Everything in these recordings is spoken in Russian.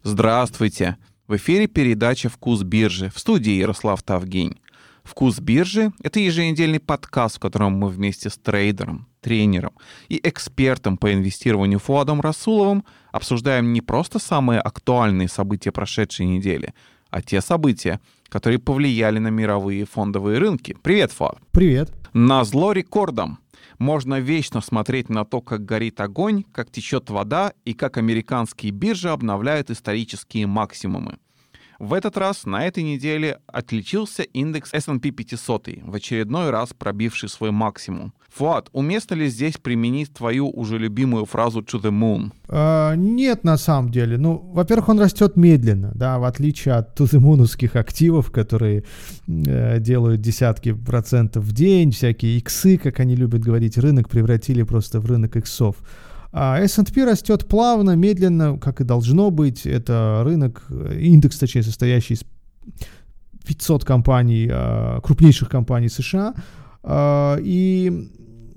Здравствуйте! В эфире передача «Вкус биржи», в студии Ярослав Тавгень. «Вкус биржи» — это еженедельный подкаст, в котором мы вместе с трейдером, тренером и экспертом по инвестированию Фуадом Расуловым обсуждаем не просто самые актуальные события прошедшей недели, а те события, которые повлияли на мировые фондовые рынки. Привет, Фуад! Привет! Назло рекордам! Можно вечно смотреть на то, как горит огонь, как течет вода и как американские биржи обновляют исторические максимумы. В этот раз на этой неделе отличился индекс S&P 500, в очередной раз пробивший свой максимум. Фуад, уместно ли здесь применить твою уже любимую фразу «to the moon»? Нет, на самом деле. Во-первых, он растет медленно, да, в отличие от to the moon'овских активов, которые делают десятки процентов в день, всякие иксы, как они любят говорить, рынок превратили просто в рынок иксов. А S&P растет плавно, медленно, как и должно быть. Это рынок, индекс, точнее, состоящий из 500 компаний, крупнейших компаний США. И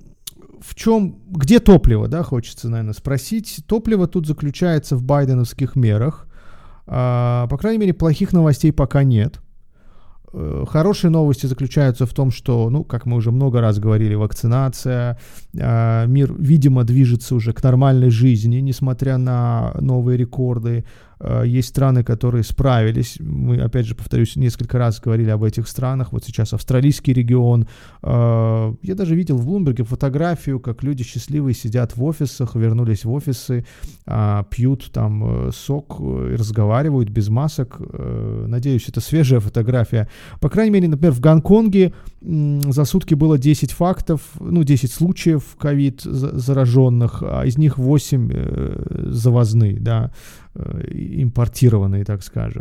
где топливо, да, хочется, наверное, спросить. Топливо тут заключается в байденовских мерах. По крайней мере, плохих новостей пока нет. Хорошие новости заключаются в том, что, как мы уже много раз говорили, вакцинация, мир, видимо, движется уже к нормальной жизни, несмотря на новые рекорды. Есть страны, которые справились. Мы, опять же, повторюсь, несколько раз говорили об этих странах. Вот сейчас австралийский регион. Я даже видел в Bloomberg фотографию, как люди счастливые сидят в офисах, вернулись в офисы, пьют там сок, разговаривают без масок. Надеюсь, это свежая фотография. По крайней мере, например, в Гонконге за сутки было 10 фактов, 10 случаев ковид зараженных, а из них 8 завозные, да, импортированные, так скажем.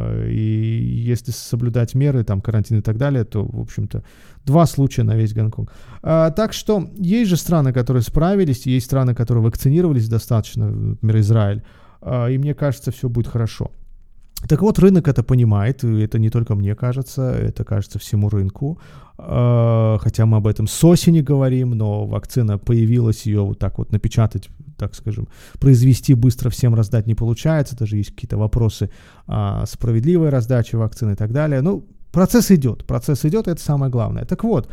И если соблюдать меры, там, карантин и так далее, то, в общем-то, 2 случая на весь Гонконг. Так что есть же страны, которые справились, есть страны, которые вакцинировались достаточно, например, Израиль. И мне кажется, все будет хорошо. Так вот, рынок это понимает, и это не только мне кажется, это кажется всему рынку. Хотя мы об этом с осени говорим, но вакцина появилась, ее вот так вот напечатать, так скажем, произвести быстро всем раздать не получается, даже есть какие-то вопросы о справедливой раздаче вакцины и так далее. Процесс идет, это самое главное. Так вот,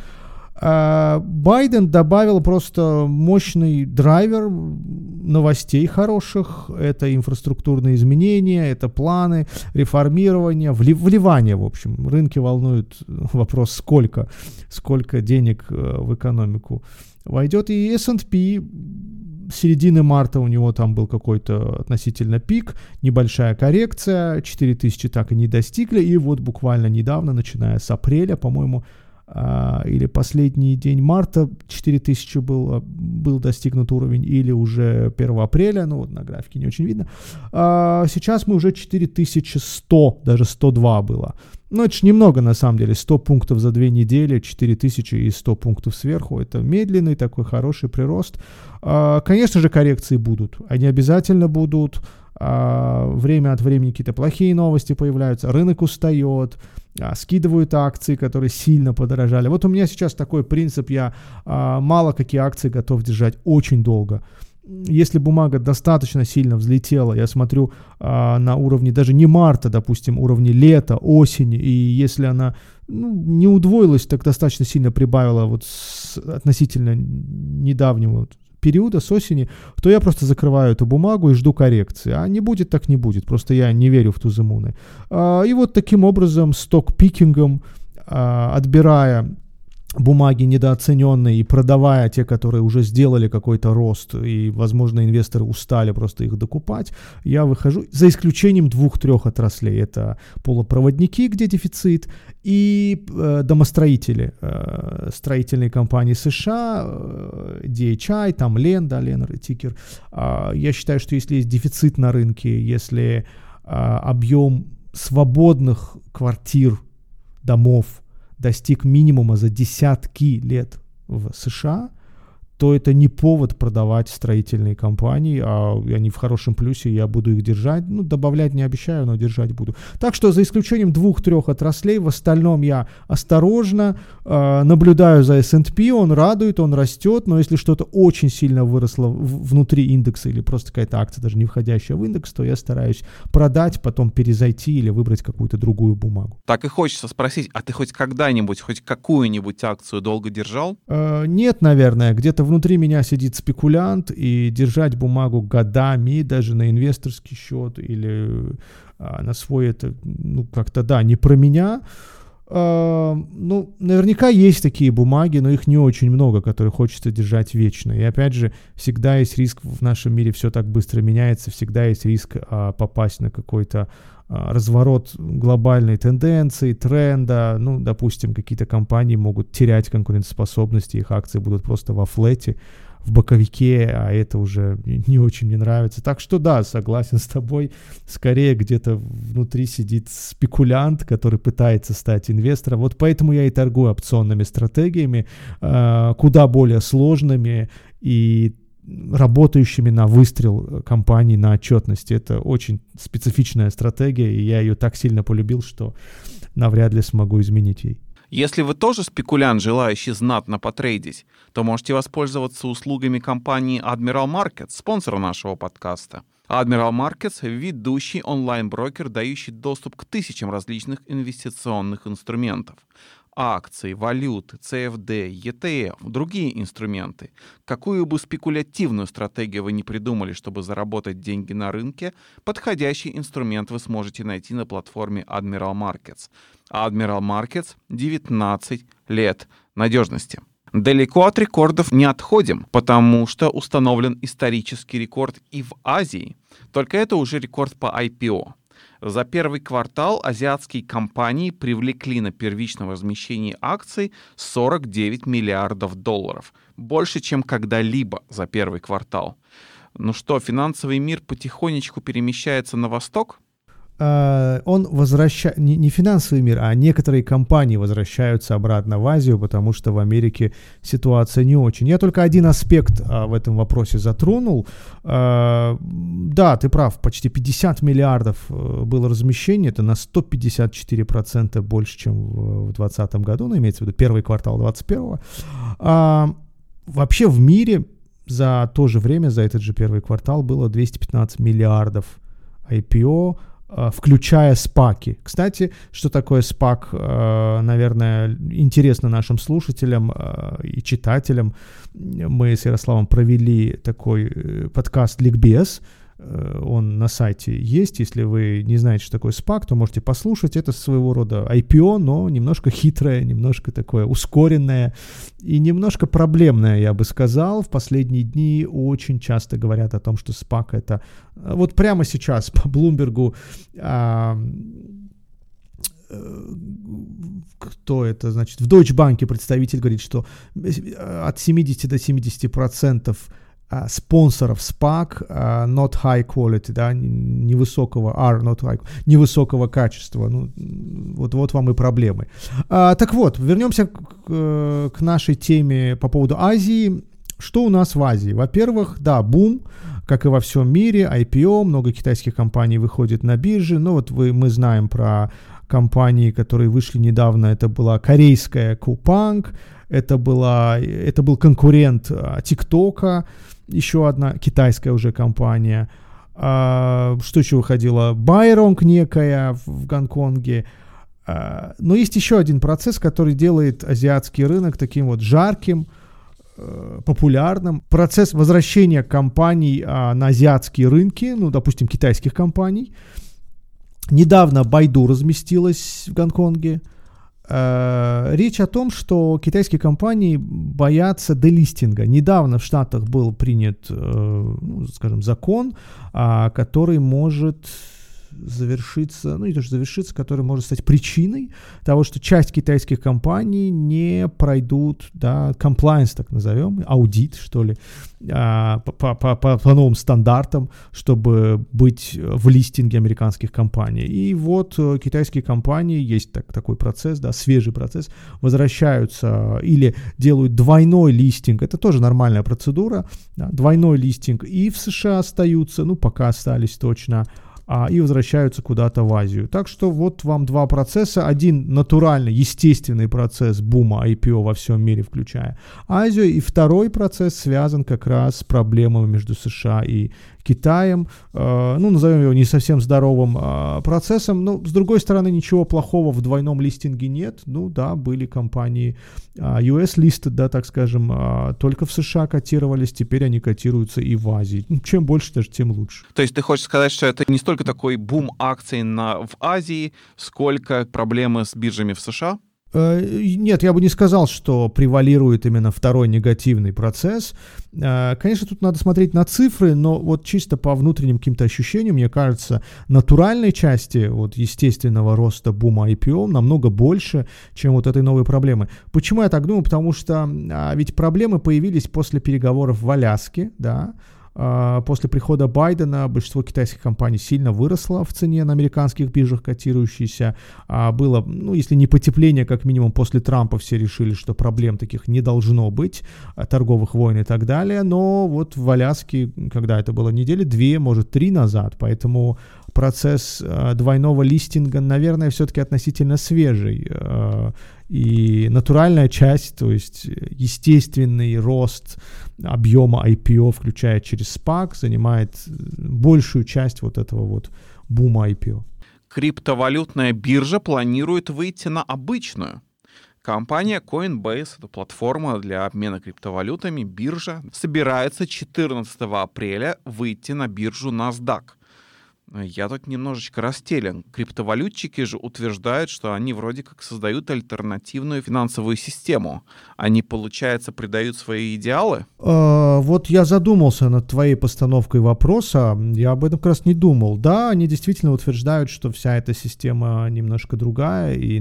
Байден добавил просто мощный драйвер новостей хороших. Это инфраструктурные изменения, это планы, реформирование, вливание, в общем. Рынки волнует вопрос, сколько денег в экономику войдет. И S&P с середины марта у него там был какой-то относительно пик, небольшая коррекция, 4000 так и не достигли. И вот буквально недавно, начиная с апреля, по-моему, или последний день марта 4000 был достигнут уровень, или уже 1 апреля, на графике не очень видно. Сейчас мы уже 4100, даже 102 было. Это ж немного на самом деле, 100 пунктов за 2 недели, 4000 и 100 пунктов сверху. Это медленный такой хороший прирост. Конечно же, коррекции будут, они обязательно будут. Время от времени какие-то плохие новости появляются, рынок устает, скидывают акции, которые сильно подорожали. Вот у меня сейчас такой принцип, я мало какие акции готов держать очень долго. Если бумага достаточно сильно взлетела, я смотрю на уровне даже не марта, допустим, уровне лета, осени, и если она не удвоилась, так достаточно сильно прибавила вот с относительно недавнего периода, с осени, то я просто закрываю эту бумагу и жду коррекции. А не будет, так не будет. Просто я не верю в to the moon. И вот таким образом, сток-пикингом, отбирая бумаги недооцененные и продавая те, которые уже сделали какой-то рост, и, возможно, инвесторы устали просто их докупать, я выхожу, за исключением 2-3 отраслей. Это полупроводники, где дефицит, и домостроители, строительные компании США, DHI, там Ленр и Тикер. Я считаю, что если есть дефицит на рынке, если объем свободных квартир, домов достиг минимума за десятки лет в США, то это не повод продавать строительные компании, а они в хорошем плюсе, я буду их держать. Ну, добавлять не обещаю, но держать буду. Так что за исключением 2-3 отраслей, в остальном я осторожно наблюдаю за S&P, он радует, он растет, но если что-то очень сильно выросло внутри индекса или просто какая-то акция, даже не входящая в индекс, то я стараюсь продать, потом перезайти или выбрать какую-то другую бумагу. Так и хочется спросить, а ты хоть когда-нибудь, хоть какую-нибудь акцию долго держал? Нет, наверное. Где-то внутри меня сидит спекулянт, и держать бумагу годами, даже на инвесторский счет или на свой, это, ну, как-то, да, не про меня. Ну, наверняка есть такие бумаги, но их не очень много, которые хочется держать вечно. И опять же, всегда есть риск, в нашем мире все так быстро меняется, всегда есть риск попасть на какой-то разворот глобальной тенденции, тренда. Ну, допустим, какие-то компании могут терять конкурентоспособность, и их акции будут просто во флете, в боковике, а это уже не очень мне нравится. Так что да, согласен с тобой, скорее где-то внутри сидит спекулянт, который пытается стать инвестором. Вот поэтому я и торгую опционными стратегиями, куда более сложными и работающими на выстрел компаний, на отчетности. Это очень специфичная стратегия, и я ее так сильно полюбил, что навряд ли смогу изменить ей. Если вы тоже спекулянт, желающий знатно потрейдить, то можете воспользоваться услугами компании Admiral Markets, спонсора нашего подкаста. Admiral Markets — ведущий онлайн-брокер, дающий доступ к тысячам различных инвестиционных инструментов. Акции, валюты, CFD, ETF, другие инструменты. Какую бы спекулятивную стратегию вы ни придумали, чтобы заработать деньги на рынке, подходящий инструмент вы сможете найти на платформе Admiral Markets. Admiral Markets — 19 лет надежности. Далеко от рекордов не отходим, потому что установлен исторический рекорд и в Азии. Только это уже рекорд по IPO. За первый квартал азиатские компании привлекли на первичном размещении акций $49 миллиардов. Больше, чем когда-либо за первый квартал. Ну что, финансовый мир потихонечку перемещается на восток? Он возвращается, не финансовый мир, а некоторые компании возвращаются обратно в Азию, потому что в Америке ситуация не очень. Я только один аспект в этом вопросе затронул. Да, ты прав, почти 50 миллиардов было размещение, это на 154% больше, чем в 2020 году, ну, имеется в виду первый квартал 2021. Вообще в мире за то же время, за этот же первый квартал было 215 миллиардов IPO, включая спаки. Кстати, что такое спак, наверное, интересно нашим слушателям и читателям. Мы с Ярославом провели такой подкаст «Ликбез». Он на сайте есть. Если вы не знаете, что такое SPAC, то можете послушать. Это своего рода IPO, но немножко хитрое, немножко такое ускоренное и немножко проблемное, я бы сказал. В последние дни очень часто говорят о том, что SPAC — это... Вот прямо сейчас по Bloomberg... кто это, значит, в Deutsche Bank представитель говорит, что от 70 до 70% спонсоров SPAC not high quality, да, невысокого невысокого качества. Ну, вот вам и проблемы. Так вот, вернемся к нашей теме по поводу Азии. Что у нас в Азии? Во-первых, да, бум, как и во всем мире, IPO, много китайских компаний выходит на биржи. Ну вот мы знаем про компании, которые вышли недавно. Это была корейская Coupang, это был конкурент ТикТока, еще одна китайская уже компания. Что еще выходило? Байронг некая в Гонконге. Но есть еще один процесс, который делает азиатский рынок таким вот жарким, популярным. Процесс возвращения компаний на азиатские рынки, ну, допустим, китайских компаний. Недавно Байду разместилась в Гонконге. Речь о том, что китайские компании боятся делистинга. Недавно в Штатах был принят, скажем, закон, который может завершиться, ну не то, что завершиться, который может стать причиной того, что часть китайских компаний не пройдут, да, compliance, так назовем, аудит, что ли, по новым стандартам, чтобы быть в листинге американских компаний. И вот китайские компании, есть такой процесс, да, свежий процесс, возвращаются или делают двойной листинг, это тоже нормальная процедура, да, двойной листинг, и в США остаются, ну, пока остались точно, и возвращаются куда-то в Азию. Так что вот вам два процесса. Один натуральный, естественный процесс бума IPO во всем мире, включая Азию. И второй процесс связан как раз с проблемами между США и Китаем. Ну, назовем его не совсем здоровым процессом. Но, с другой стороны, ничего плохого в двойном листинге нет. Ну, да, были компании US-listed, да, так скажем, только в США котировались. Теперь они котируются и в Азии. Чем больше, даже тем лучше. То есть ты хочешь сказать, что это не столько такой бум акций в Азии, сколько проблемы с биржами в США? Нет, я бы не сказал, что превалирует именно второй негативный процесс. Конечно, тут надо смотреть на цифры, но вот чисто по внутренним каким-то ощущениям, мне кажется, натуральной части вот естественного роста бума IPO намного больше, чем вот этой новой проблемы. Почему я так думаю? Потому что ведь проблемы появились после переговоров в Аляске, да. После прихода Байдена большинство китайских компаний сильно выросло в цене на американских биржах, котирующиеся. Было, ну, если не потепление, как минимум после Трампа все решили, что проблем таких не должно быть, торговых войн и так далее. Но вот в Аляске, когда это было недели 2, может 3 назад, поэтому процесс двойного листинга, наверное, все-таки относительно свежий. И натуральная часть, то есть естественный рост объема IPO, включая через SPAC, занимает большую часть вот этого вот бума IPO. Криптовалютная биржа планирует выйти на обычную. Компания Coinbase, это платформа для обмена криптовалютами, биржа, собирается 14 апреля выйти на биржу NASDAQ. Я тут немножечко растерян. Криптовалютчики же утверждают, что они вроде как создают альтернативную финансовую систему. Они, получается, предают свои идеалы? Вот я задумался над твоей постановкой вопроса. Я об этом как раз не думал. Да, они действительно утверждают, что вся эта система немножко другая, и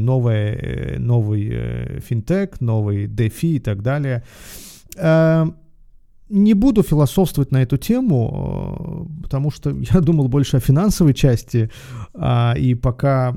новый финтех, новый DeFi и так далее. Не буду философствовать на эту тему, потому что я думал больше о финансовой части, и пока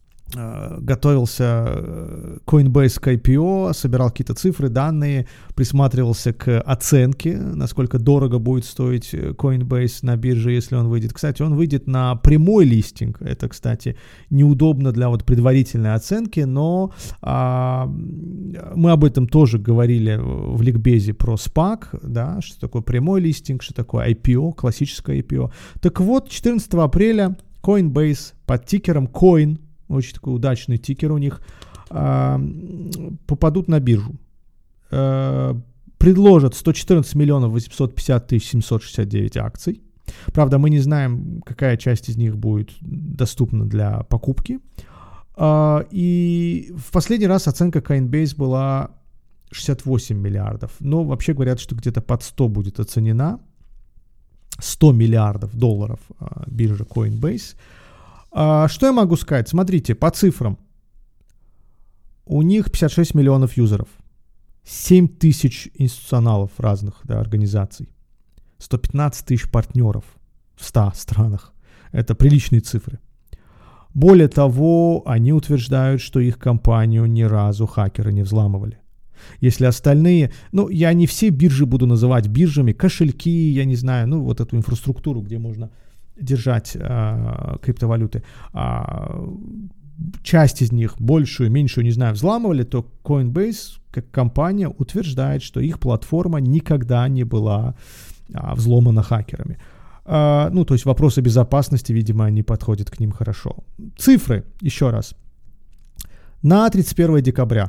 готовился Coinbase к IPO, собирал какие-то цифры, данные, присматривался к оценке, насколько дорого будет стоить Coinbase на бирже, если он выйдет. Кстати, он выйдет на прямой листинг. Это, кстати, неудобно для вот предварительной оценки, но мы об этом тоже говорили в ликбезе про SPAC, да, что такое прямой листинг, что такое IPO, классическое IPO. Так вот, 14 апреля Coinbase под тикером COIN, очень такой удачный тикер у них, попадут на биржу. Предложат 114 миллионов 850 тысяч 769 акций. Правда, мы не знаем, какая часть из них будет доступна для покупки. И в последний раз оценка Coinbase была 68 миллиардов. Но вообще говорят, что где-то под 100 будет оценена. 100 миллиардов долларов биржа Coinbase. Что я могу сказать? Смотрите, по цифрам. У них 56 миллионов юзеров, 7 тысяч институционалов разных, да, организаций, 115 тысяч партнеров в 100 странах. Это приличные цифры. Более того, они утверждают, что их компанию ни разу хакеры не взламывали. Если остальные, ну, я не все биржи буду называть биржами, кошельки, я не знаю, ну, вот эту инфраструктуру, где можно держать криптовалюты, часть из них, большую, меньшую, не знаю, взламывали, то Coinbase, как компания, утверждает, что их платформа никогда не была взломана хакерами. Ну, то есть вопросы безопасности, видимо, не подходят к ним хорошо. Цифры, еще раз. На 31 декабря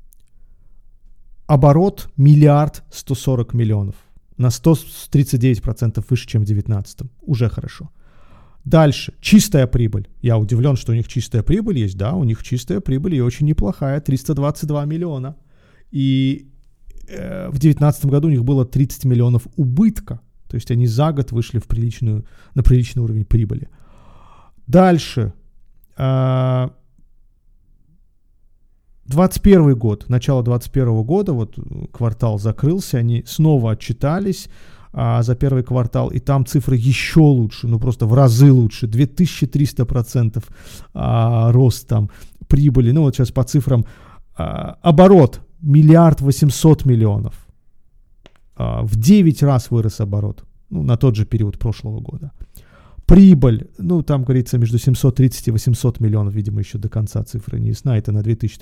оборот 1 140 миллионов. На 139% выше, чем в 2019. Уже хорошо. Дальше. Чистая прибыль. Я удивлен, что у них чистая прибыль есть. Да, у них чистая прибыль и очень неплохая. 322 миллиона. И в 2019 году у них было 30 миллионов убытка. То есть они за год вышли на приличный уровень прибыли. Дальше. 21 год, начало 21 года, вот квартал закрылся, они снова отчитались за первый квартал, и там цифры еще лучше, ну просто в разы лучше, 2300% рост там прибыли, ну вот сейчас по цифрам, оборот 1 800 000 000, в 9 раз вырос оборот, ну, на тот же период прошлого года. Прибыль, ну, там говорится, между 730 и 800 миллионов, видимо, еще до конца цифра не ясна, это на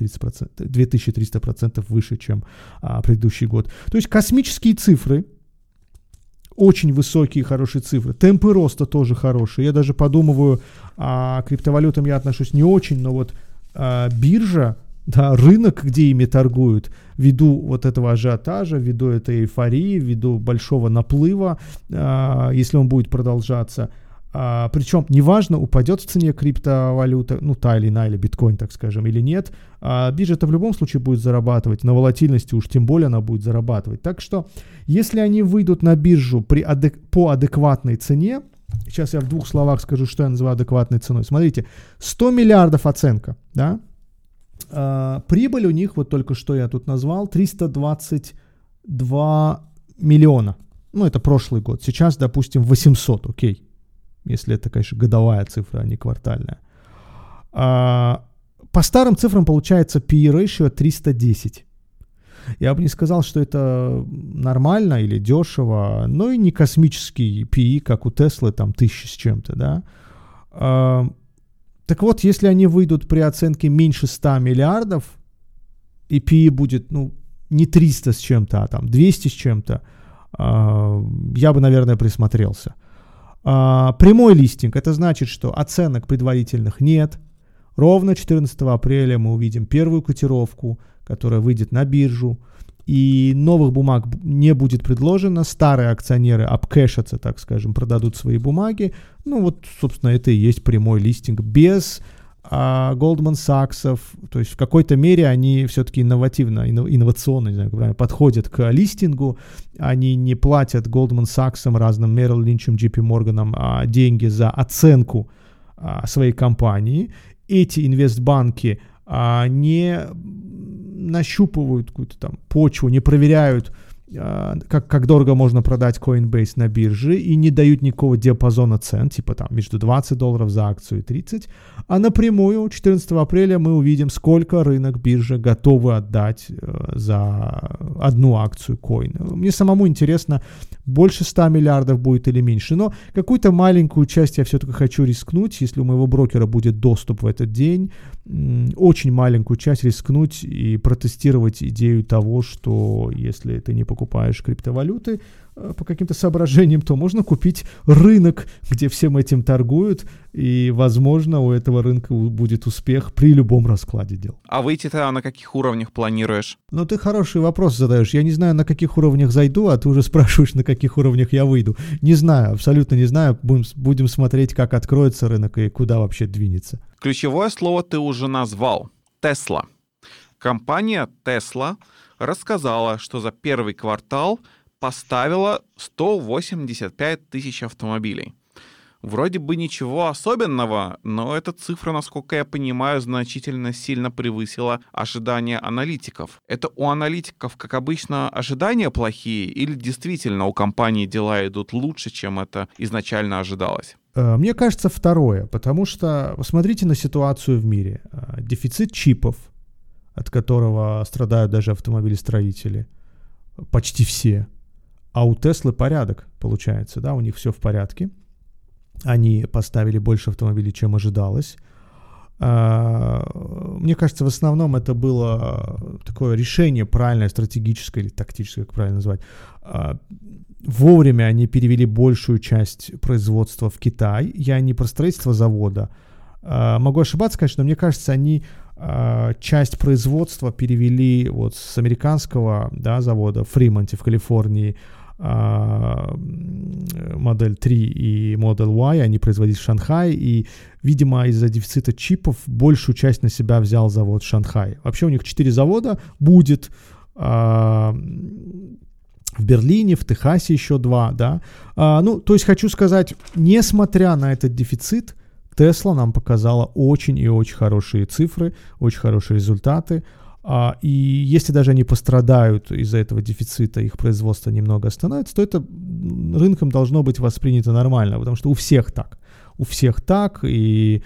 2300% выше, чем предыдущий год. То есть космические цифры, очень высокие, хорошие цифры. Темпы роста тоже хорошие. Я даже подумываю, к криптовалютам я отношусь не очень, но вот биржа, да, рынок, где ими торгуют, ввиду вот этого ажиотажа, ввиду этой эйфории, ввиду большого наплыва, если он будет продолжаться, причем неважно, упадет в цене криптовалюта, ну та или иная, или биткоин, так скажем, или нет, биржа-то в любом случае будет зарабатывать, на волатильности уж тем более она будет зарабатывать. Так что, если они выйдут на биржу по адекватной цене, сейчас я в 2 словах скажу, что я называю адекватной ценой. Смотрите, 100 миллиардов оценка, да? Прибыль у них, вот только что я тут назвал, 322 миллиона. Ну, это прошлый год. Сейчас, допустим, 800, окей. Если это, конечно, годовая цифра, а не квартальная. По старым цифрам получается PE ratio 310. Я бы не сказал, что это нормально или дешево, но и не космический PE, как у Теслы, там 1000 с чем-то, да. Так вот, если они выйдут при оценке меньше 100 миллиардов, и PE будет, ну, не 300 с чем-то, а там 200 с чем-то, я бы, наверное, присмотрелся. Прямой листинг, это значит, что оценок предварительных нет. Ровно 14 апреля мы увидим первую котировку, которая выйдет на биржу, и новых бумаг не будет предложено. Старые акционеры обкэшатся, так скажем, продадут свои бумаги. Ну вот, собственно, это и есть прямой листинг без Goldman Sachs. То есть в какой-то мере они все-таки инновационно, не знаю, как правильно, подходят к листингу. Они не платят Goldman Sachs, разным Merrill Lynch, JP Morgan деньги за оценку своей компании. Эти инвестбанки не нащупывают какую-то там почву, не проверяют, как дорого можно продать Coinbase на бирже, и не дают никакого диапазона цен, типа там между $20 за акцию и 30, а напрямую 14 апреля мы увидим, сколько рынок биржи готовы отдать за одну акцию coin. Мне самому интересно, больше 100 миллиардов будет или меньше, но какую-то маленькую часть я все-таки хочу рискнуть, если у моего брокера будет доступ в этот день, очень маленькую часть рискнуть и протестировать идею того, что если ты не покупаешь криптовалюты по каким-то соображениям, то можно купить рынок, где всем этим торгуют, и, возможно, у этого рынка будет успех при любом раскладе дел. А выйти-то на каких уровнях планируешь? Ну, ты хороший вопрос задаешь. Я не знаю, на каких уровнях зайду, а ты уже спрашиваешь, на каких уровнях я выйду. Не знаю, абсолютно не знаю. Будем смотреть, как откроется рынок и куда вообще двинется. Ключевое слово ты уже назвал. Tesla. Компания Tesla рассказала, что за первый квартал поставила 185 тысяч автомобилей. Вроде бы ничего особенного, но эта цифра, насколько я понимаю, значительно сильно превысила ожидания аналитиков. Это у аналитиков, как обычно, ожидания плохие или действительно у компании дела идут лучше, чем это изначально ожидалось? Мне кажется, второе, потому что посмотрите на ситуацию в мире. Дефицит чипов, от которого страдают даже автомобилестроители, почти все. А у Теслы порядок, получается, да, у них все в порядке. Они поставили больше автомобилей, чем ожидалось. Мне кажется, в основном это было такое решение правильное, стратегическое или тактическое, как правильно назвать. Вовремя они перевели большую часть производства в Китай. Я не про строительство завода. Могу ошибаться, конечно, но мне кажется, они часть производства перевели вот с американского, да, завода в Фримонте в Калифорнии, модель 3 и Model Y, они производились в Шанхае, и, видимо, из-за дефицита чипов большую часть на себя взял завод в Шанхае. Вообще у них 4 завода будет, в Берлине, в Техасе еще 2, да. Ну, то есть хочу сказать, несмотря на этот дефицит, Tesla нам показала очень и очень хорошие цифры, очень хорошие результаты. И если даже они пострадают из-за этого дефицита, их производство немного остановится, то это рынком должно быть воспринято нормально, потому что у всех так. У всех так, и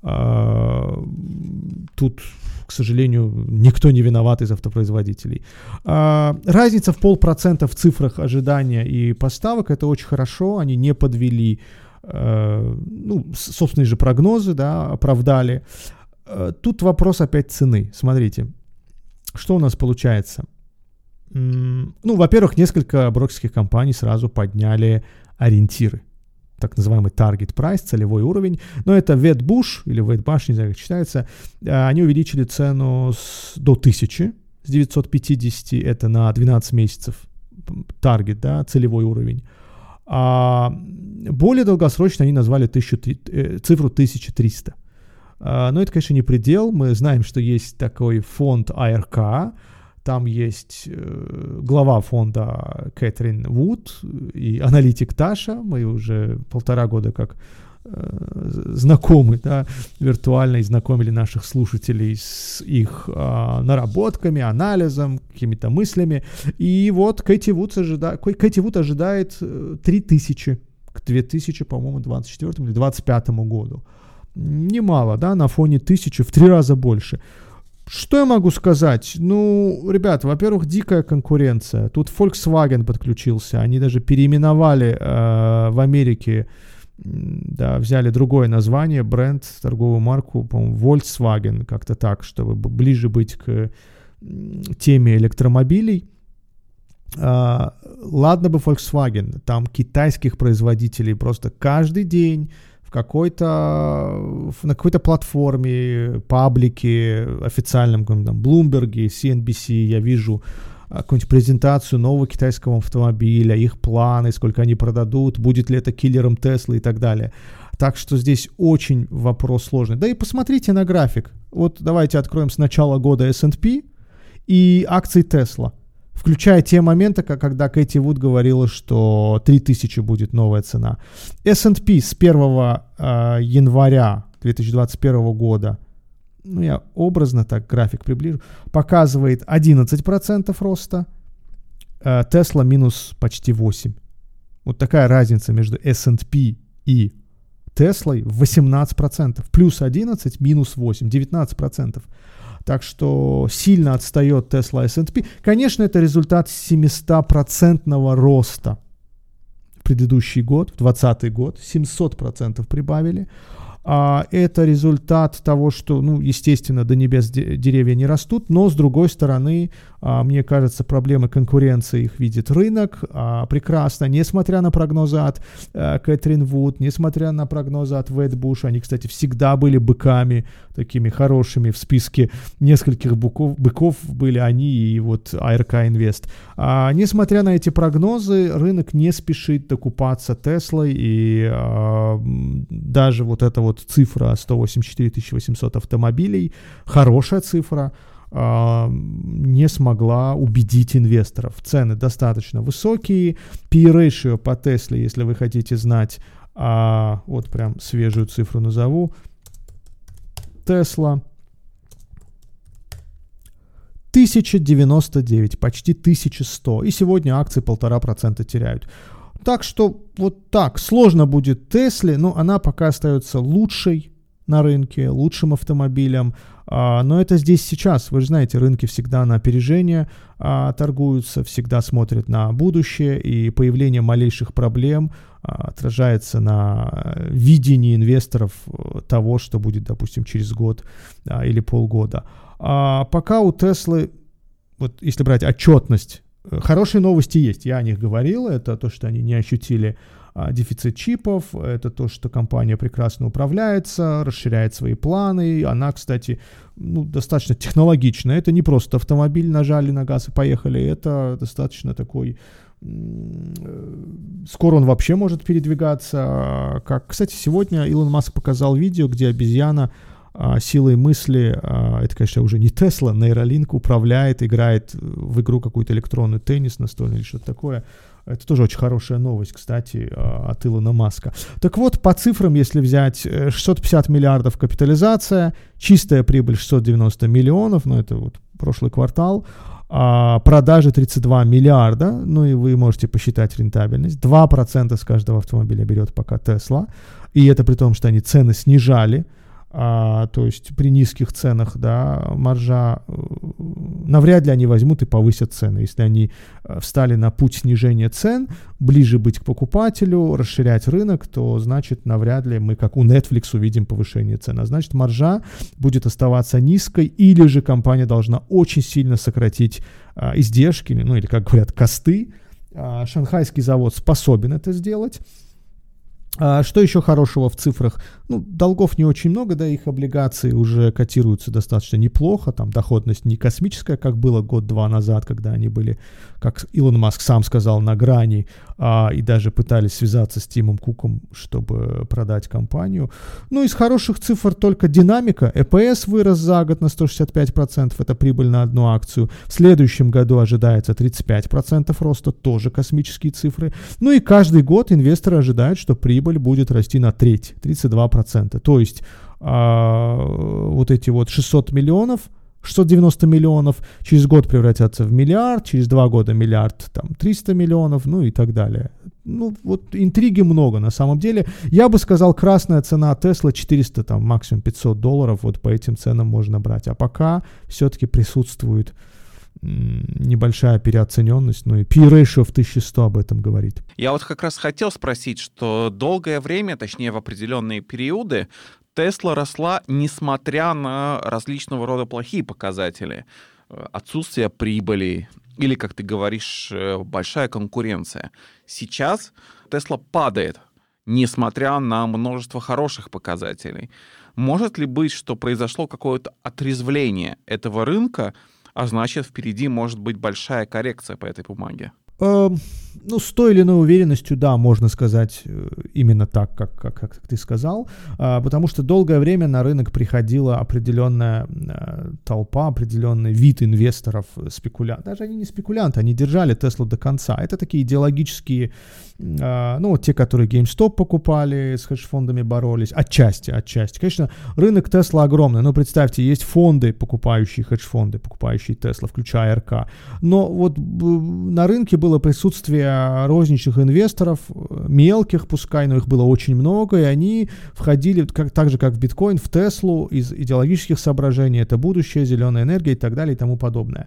тут, к сожалению, никто не виноват из автопроизводителей. Разница в 0,5% в цифрах ожидания и поставок — это очень хорошо, они не подвели, собственные же прогнозы, да, оправдали. Тут вопрос опять цены. Смотрите, что у нас получается? Во-первых, несколько брокерских компаний сразу подняли ориентиры. Так называемый target price, целевой уровень. Но это Wedbush или Wedbush, не знаю, как читается. Они увеличили цену до 1000, с 950, это на 12 месяцев. Target, да, целевой уровень. А более долгосрочно они назвали цифру 1300. Но это, конечно, не предел. Мы знаем, что есть такой фонд АРК. Там есть глава фонда Кэтрин Вуд и аналитик Таша. Мы уже 1,5 года как знакомы, да, виртуально, и знакомили наших слушателей с их наработками, анализом, какими-то мыслями. И вот Кэти Вуд ожидает 3000 к 2000, по-моему, 24 или 25 году. Немало, да, на фоне 1000, в 3 раза больше. Что я могу сказать? Ребят, во-первых, дикая конкуренция. Тут Volkswagen подключился. Они даже переименовали в Америке, да, взяли другое название, бренд, торговую марку, по-моему, Volkswagen, как-то так, чтобы ближе быть к теме электромобилей. Ладно бы Volkswagen, там китайских производителей просто каждый день на какой-то платформе, паблике официальном, там, Bloomberg, CNBC, я вижу какую-нибудь презентацию нового китайского автомобиля, их планы, сколько они продадут, будет ли это киллером Tesla и так далее. Так что здесь очень вопрос сложный. Да и посмотрите на график. Вот давайте откроем с начала года S&P и акции Tesla. Включая те моменты, когда Кэти Вуд говорила, что 3000 будет новая цена. S&P с 1 января 2021 года, я образно так график приближу, показывает 11% роста, Tesla минус почти 8%. Вот такая разница между S&P и Tesla в 18%. Плюс 11, минус 8, 19%. Так что сильно отстает Tesla S&P. Конечно, это результат 700% роста в предыдущий год, в 2020 год. 700% прибавили. Это результат того, что, естественно, до небес деревья не растут, но, с другой стороны, мне кажется, проблемы конкуренции их видит рынок прекрасно, несмотря на прогнозы от Кэтрин Вуд, несмотря на прогнозы от Wedbush. Они, кстати, всегда были быками, такими хорошими, в списке нескольких быков были они и вот ARK Invest. Несмотря на эти прогнозы, рынок не спешит докупаться Теслой, и даже вот эта вот цифра 184 800 автомобилей, хорошая цифра, не смогла убедить инвесторов. Цены достаточно высокие. P/E по Тесле, если вы хотите знать, вот прям свежую цифру назову. Тесла 1099, почти 1100. И сегодня акции 1,5% теряют. Так что вот так. Сложно будет Тесле, но она пока остается лучшей на рынке, лучшим автомобилем. Но это здесь сейчас. Вы же знаете, рынки всегда на опережение торгуются, всегда смотрят на будущее, и появление малейших проблем отражается на видении инвесторов того, что будет, допустим, через год или полгода. Пока у Теслы, вот если брать отчетность, хорошие новости есть, я о них говорил, это то, что они не ощутили дефицит чипов, это то, что компания прекрасно управляется, расширяет свои планы. Она, кстати, достаточно технологичная. Это не просто автомобиль, нажали на газ и поехали. Это достаточно такой... Скоро он вообще может передвигаться. Как, кстати, сегодня Илон Маск показал видео, где обезьяна силой мысли, это, конечно, уже не Tesla, Neuralink управляет, играет в игру какую-то электронную, теннис настольный или что-то такое. Это тоже очень хорошая новость, кстати, от Илона Маска. Так вот, по цифрам, если взять 650 миллиардов капитализация, чистая прибыль 690 миллионов, ну это вот прошлый квартал, продажи 32 миллиарда, ну и вы можете посчитать рентабельность. 2% с каждого автомобиля берет пока Tesla, и это при том, что они цены снижали. То есть при низких ценах, да, маржа, навряд ли они возьмут и повысят цены. Если они встали на путь снижения цен, ближе быть к покупателю, расширять рынок, то значит навряд ли мы, как у Netflix, увидим повышение цен. А значит маржа будет оставаться низкой, или же компания должна очень сильно сократить издержки, ну или, как говорят, косты. Шанхайский завод способен это сделать. Что еще хорошего в цифрах? Ну, долгов не очень много, да, их облигации уже котируются достаточно неплохо, там доходность не космическая, как было год-два назад, когда они были, как Илон Маск сам сказал, на грани, и даже пытались связаться с Тимом Куком, чтобы продать компанию. Ну, из хороших цифр только динамика. EPS вырос за год на 165%, это прибыль на одну акцию. В следующем году ожидается 35% роста, тоже космические цифры. Ну и каждый год инвесторы ожидают, что прибыль будет расти на треть, 32%. То есть вот эти вот 690 миллионов через год превратятся в миллиард, через 2 года миллиард, там 300 миллионов, ну и так далее. Ну вот интриги много на самом деле. Я бы сказал, красная цена Tesla 400, там максимум $500, вот по этим ценам можно брать. А пока все-таки присутствует небольшая переоцененность, ну и P-ratio в 1100 об этом говорит. Я вот как раз хотел спросить, что долгое время, точнее в определенные периоды, Tesla росла, несмотря на различного рода плохие показатели. Отсутствие прибыли или, как ты говоришь, большая конкуренция. Сейчас Tesla падает, несмотря на множество хороших показателей. Может ли быть, что произошло какое-то отрезвление этого рынка, а значит, впереди может быть большая коррекция по этой бумаге? Ну, с той или иной уверенностью, да, можно сказать именно так, как ты сказал, потому что долгое время на рынок приходила определенная толпа, определенный вид инвесторов, спекулянтов. Даже они не спекулянты, они держали Теслу до конца. Это такие идеологические, ну, вот те, которые GameStop покупали, с хедж-фондами боролись, отчасти. Конечно, рынок Тесла огромный, но представьте, есть фонды, покупающие хедж-фонды, покупающие Тесла, включая РК. Но вот на рынке было присутствие розничных инвесторов, мелких пускай, но их было очень много, и они входили, так же как в биткоин, в Теслу из идеологических соображений, это будущее, зеленая энергия и так далее и тому подобное.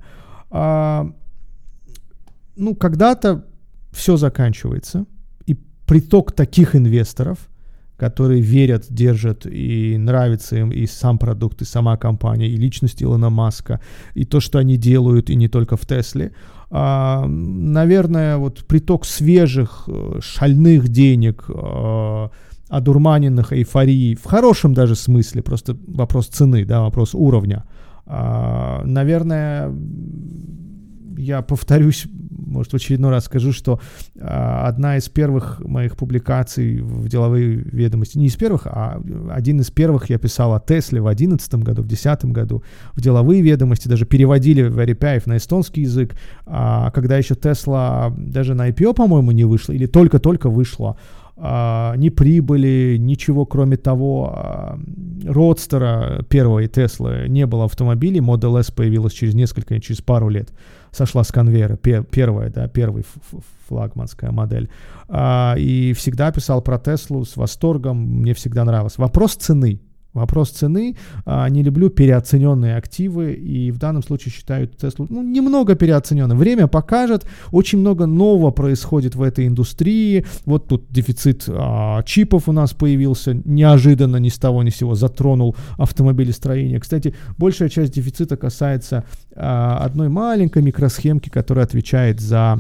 Ну, когда-то все заканчивается, и приток таких инвесторов, которые верят, держат, и нравится им и сам продукт, и сама компания, и личность Илона Маска, и то, что они делают, и не только в Тесле. Наверное, вот приток свежих, шальных денег, одурманенных эйфорией, в хорошем даже смысле, просто вопрос цены, да, вопрос уровня. Наверное, я повторюсь, может, в очередной раз скажу, что одна из первых моих публикаций в деловые ведомости, не из первых, а один из первых я писал о Тесле в 2011 году, в 2010 году, в деловые ведомости, даже переводили Верипяев на эстонский язык, когда еще Тесла даже на IPO, по-моему, не вышла, или только-только вышла, ни прибыли, ничего кроме того, Родстера первой Теслы не было автомобилей, Model S появилась через пару лет, сошла с конвейера, первая флагманская модель, и всегда писал про Теслу с восторгом, мне всегда нравилось. Вопрос цены, не люблю переоцененные активы, и в данном случае считаю Теслу немного переоцененной. Время покажет, очень много нового происходит в этой индустрии. Вот тут дефицит чипов у нас появился, неожиданно ни с того ни с сего затронул автомобилестроение. Кстати, большая часть дефицита касается одной маленькой микросхемки, которая отвечает за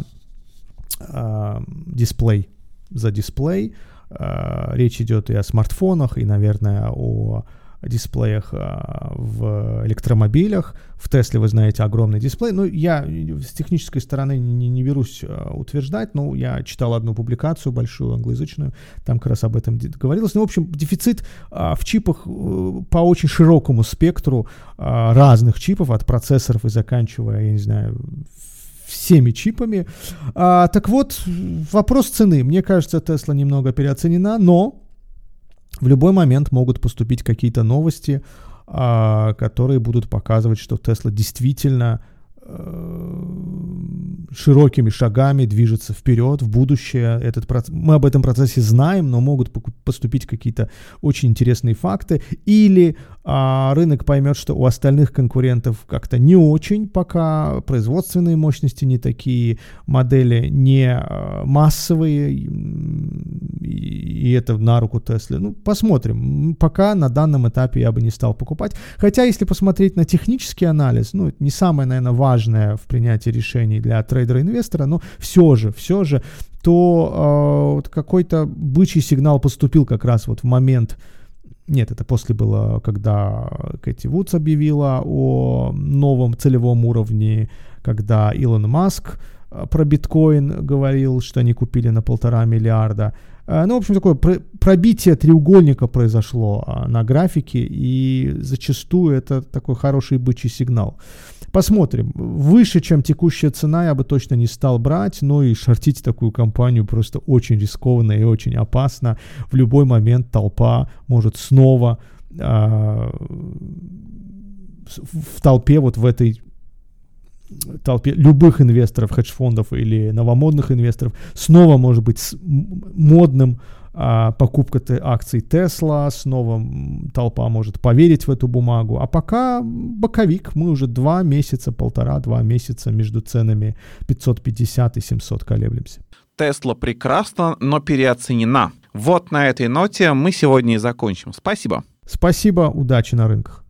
дисплей. Речь идет и о смартфонах, и, наверное, о дисплеях в электромобилях. В Тесле, вы знаете, огромный дисплей. Ну, я с технической стороны не берусь утверждать, но я читал одну публикацию большую, англоязычную, там как раз об этом говорилось. Ну, в общем, дефицит в чипах по очень широкому спектру разных чипов, от процессоров и заканчивая, я не знаю, всеми чипами. Так вот, вопрос цены. Мне кажется, Tesla немного переоценена, но в любой момент могут поступить какие-то новости, которые будут показывать, что Tesla действительно широкими шагами движется вперед, в будущее. Мы об этом процессе знаем, но могут поступить какие-то очень интересные факты. Или рынок поймет, что у остальных конкурентов как-то не очень, пока производственные мощности не такие, модели не массовые, и это на руку Тесле. Ну, посмотрим. Пока на данном этапе я бы не стал покупать. Хотя, если посмотреть на технический анализ, ну, это не самое, наверное, важное в принятии решений для трейдера-инвестора, но все же, то какой-то бычий сигнал поступил как раз вот в момент. Нет, это после было, когда Кэти Вудс объявила о новом целевом уровне, когда Илон Маск про биткоин говорил, что они купили на 1,5 миллиарда. Ну, в общем, такое пробитие треугольника произошло на графике, и зачастую это такой хороший бычий сигнал. Посмотрим. Выше, чем текущая цена, я бы точно не стал брать, но и шортить такую компанию просто очень рискованно и очень опасно. В любой момент толпа может снова в толпе, вот в этой толпе любых инвесторов, хедж-фондов или новомодных инвесторов, снова может быть модным покупка акций Tesla, снова толпа может поверить в эту бумагу. А пока боковик, мы уже 2 месяца между ценами 550 и 700 колеблемся. Tesla прекрасна, но переоценена. Вот на этой ноте мы сегодня и закончим. Спасибо. Спасибо, удачи на рынках.